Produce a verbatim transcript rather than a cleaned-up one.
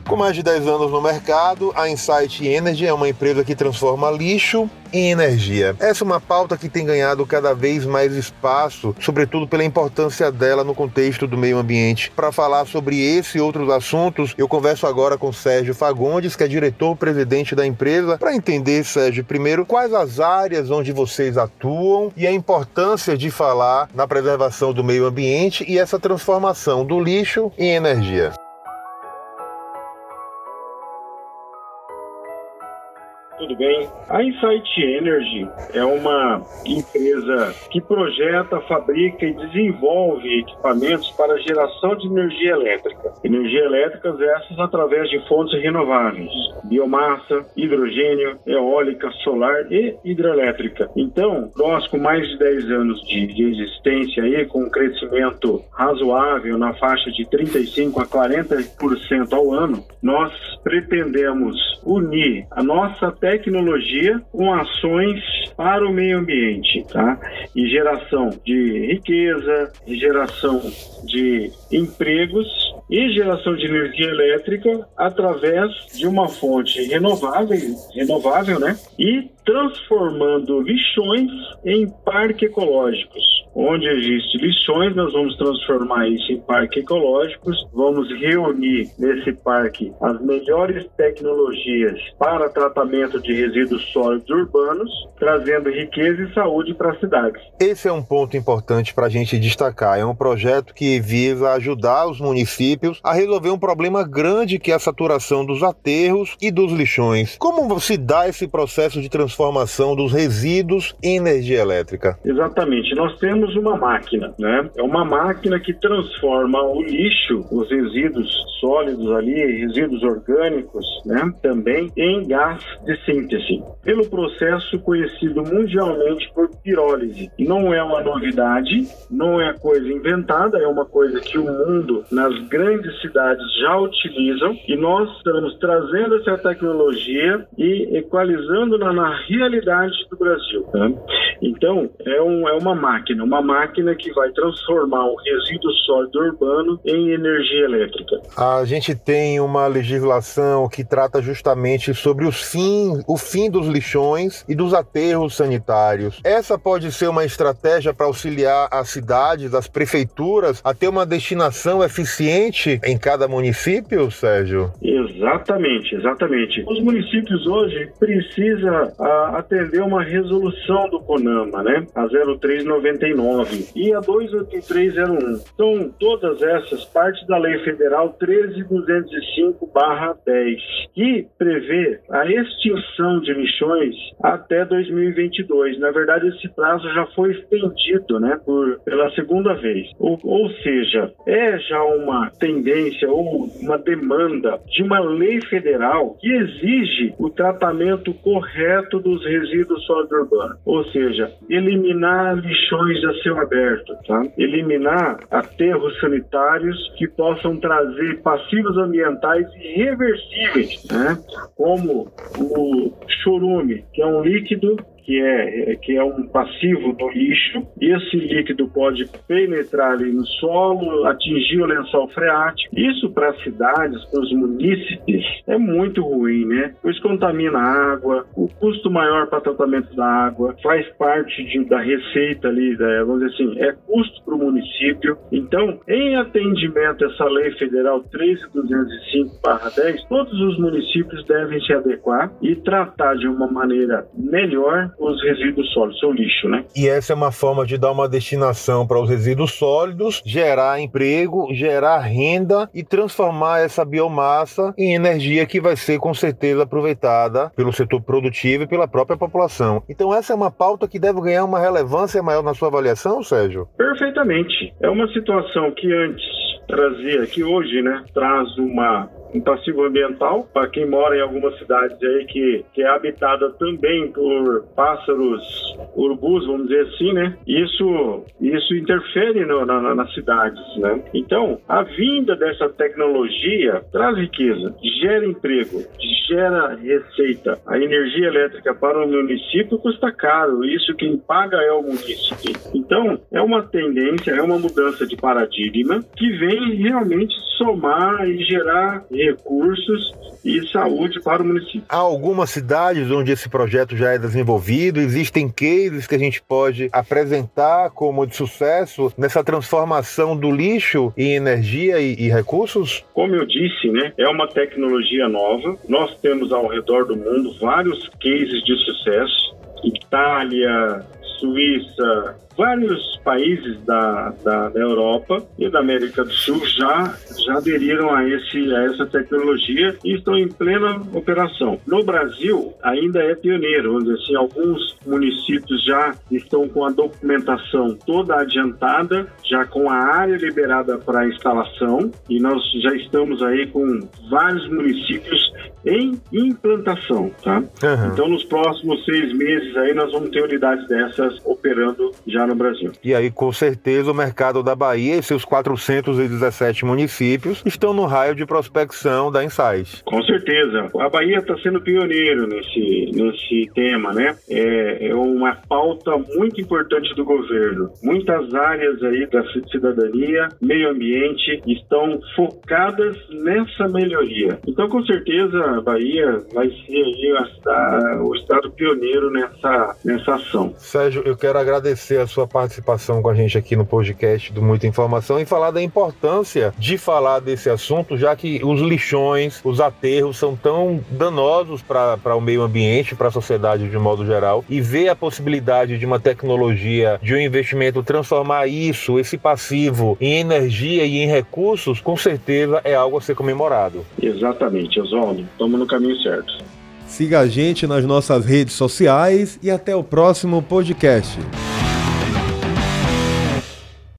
Com mais de dez anos no mercado, a Insight Energy é uma empresa que transforma lixo em energia. Essa é uma pauta que tem ganhado cada vez mais espaço, sobretudo pela importância dela no contexto do meio ambiente. Para falar sobre esse e outros assuntos, eu converso agora com Sérgio Fagundes, que é diretor-presidente da empresa, para entender, Sérgio, primeiro, quais as áreas onde vocês atuam e a importância de falar na preservação do meio ambiente e essa transformação do lixo em energia. Tudo bem? A Insight Energy é uma empresa que projeta, fabrica e desenvolve equipamentos para geração de energia elétrica. Energia elétrica essas através de fontes renováveis, biomassa, hidrogênio, eólica, solar e hidrelétrica. Então, nós com mais de dez anos de, de existência aí, com um crescimento razoável na faixa de trinta e cinco a quarenta por cento ao ano, nós pretendemos unir a nossa tecnologia com ações para o meio ambiente, tá? E geração de riqueza, e geração de empregos e geração de energia elétrica através de uma fonte renovável, renovável, né? E transformando lixões em parques ecológicos. Onde existe lixões, nós vamos transformar isso em parques ecológicos, vamos reunir nesse parque as melhores tecnologias para tratamento de resíduos sólidos urbanos, trazendo riqueza e saúde para as cidades. Esse é um ponto importante para a gente destacar. É um projeto que visa ajudar os municípios a resolver um problema grande que é a saturação dos aterros e dos lixões. Como se dá esse processo de transformação dos resíduos em energia elétrica? Exatamente. Nós temos uma máquina, né? É uma máquina que transforma o lixo, os resíduos sólidos ali, resíduos orgânicos, né? Também em gás de síntese, pelo processo conhecido mundialmente por pirólise. Não é uma novidade, não é coisa inventada, é uma coisa que o mundo, nas grandes cidades, já utilizam, e nós estamos trazendo essa tecnologia e equalizando na, na realidade do Brasil, né? Então, é, um, é uma máquina, uma máquina que vai transformar o resíduo sólido urbano em energia elétrica. A gente tem uma legislação que trata justamente sobre os fim, o fim dos lixões e dos aterros sanitários. Essa pode ser uma estratégia para auxiliar as cidades, as prefeituras, a ter uma destinação eficiente em cada município, Sérgio? Exatamente, exatamente. Os municípios hoje precisam a, atender uma resolução do CONAMA, né? A zero três noventa e nove e a dois oito três zero um. São todas essas partes da Lei Federal treze mil duzentos e cinco barra dez, que prevê a extinção de lixões até dois mil e vinte e dois. Na verdade, esse prazo já foi estendido, né, por, pela segunda vez. Ou, ou seja, é já uma tendência ou uma demanda de uma lei federal que exige o tratamento correto dos resíduos sólidos urbanos. Ou seja, eliminar lixões a céu aberto, tá? Eliminar aterros sanitários que possam trazer passivos ambientais irreversíveis, né? Como o chorume, que é um líquido que é, que é um passivo do lixo. Esse líquido pode penetrar ali no solo, atingir o lençol freático. Isso para as cidades, para os munícipes, é muito ruim, né? Pois contamina a água, o custo maior para tratamento da água, faz parte de, da receita ali, da, vamos dizer assim, é custo para o município. Então, em atendimento a essa Lei Federal treze mil duzentos e cinco barra dez, todos os municípios devem se adequar e tratar de uma maneira melhor os resíduos sólidos, o lixo, né? E essa é uma forma de dar uma destinação para os resíduos sólidos, gerar emprego, gerar renda e transformar essa biomassa em energia que vai ser com certeza aproveitada pelo setor produtivo e pela própria população. Então essa é uma pauta que deve ganhar uma relevância maior na sua avaliação, Sérgio? Perfeitamente. É uma situação que antes trazia, que hoje, né, traz uma um passivo ambiental para quem mora em algumas cidades aí que, que é habitada também por pássaros urubus, vamos dizer assim, né? Isso, isso interfere no, na, nas cidades, né? Então, a vinda dessa tecnologia traz riqueza, gera emprego, gera receita. A energia elétrica para o município custa caro, isso quem paga é o município. Então, é uma tendência, é uma mudança de paradigma que vem realmente somar e gerar recursos e saúde para o município. Há algumas cidades onde esse projeto já é desenvolvido, existem cases que a gente pode apresentar como de sucesso nessa transformação do lixo em energia e, e recursos? Como eu disse, né, é uma tecnologia nova. Nós temos ao redor do mundo vários cases de sucesso. Itália, Suíça, vários países da, da, da Europa e da América do Sul já, já aderiram a, esse, a essa tecnologia e estão em plena operação. No Brasil, ainda é pioneiro, vamos dizer assim, alguns municípios já estão com a documentação toda adiantada, já com a área liberada para instalação, e nós já estamos aí com vários municípios em implantação, tá? Uhum. Então, nos próximos seis meses aí, nós vamos ter unidades dessas operando já no Brasil. E aí, com certeza, o mercado da Bahia e seus quatrocentos e dezessete municípios estão no raio de prospecção da Insight. Com certeza. A Bahia está sendo pioneiro nesse, nesse tema, né? É, é uma pauta muito importante do governo. Muitas áreas aí da cidadania, meio ambiente, estão focadas nessa melhoria. Então, com certeza, a Bahia vai ser aí a, o estado pioneiro nessa, nessa ação. Sérgio, eu quero agradecer a sua participação com a gente aqui no podcast do Muita Informação e falar da importância de falar desse assunto, já que os lixões, os aterros são tão danosos para o meio ambiente, para a sociedade de modo geral, e ver a possibilidade de uma tecnologia, de um investimento, transformar isso, esse passivo, em energia e em recursos, com certeza é algo a ser comemorado. Exatamente, Oswaldo. Estamos no caminho certo. Siga a gente nas nossas redes sociais e até o próximo podcast.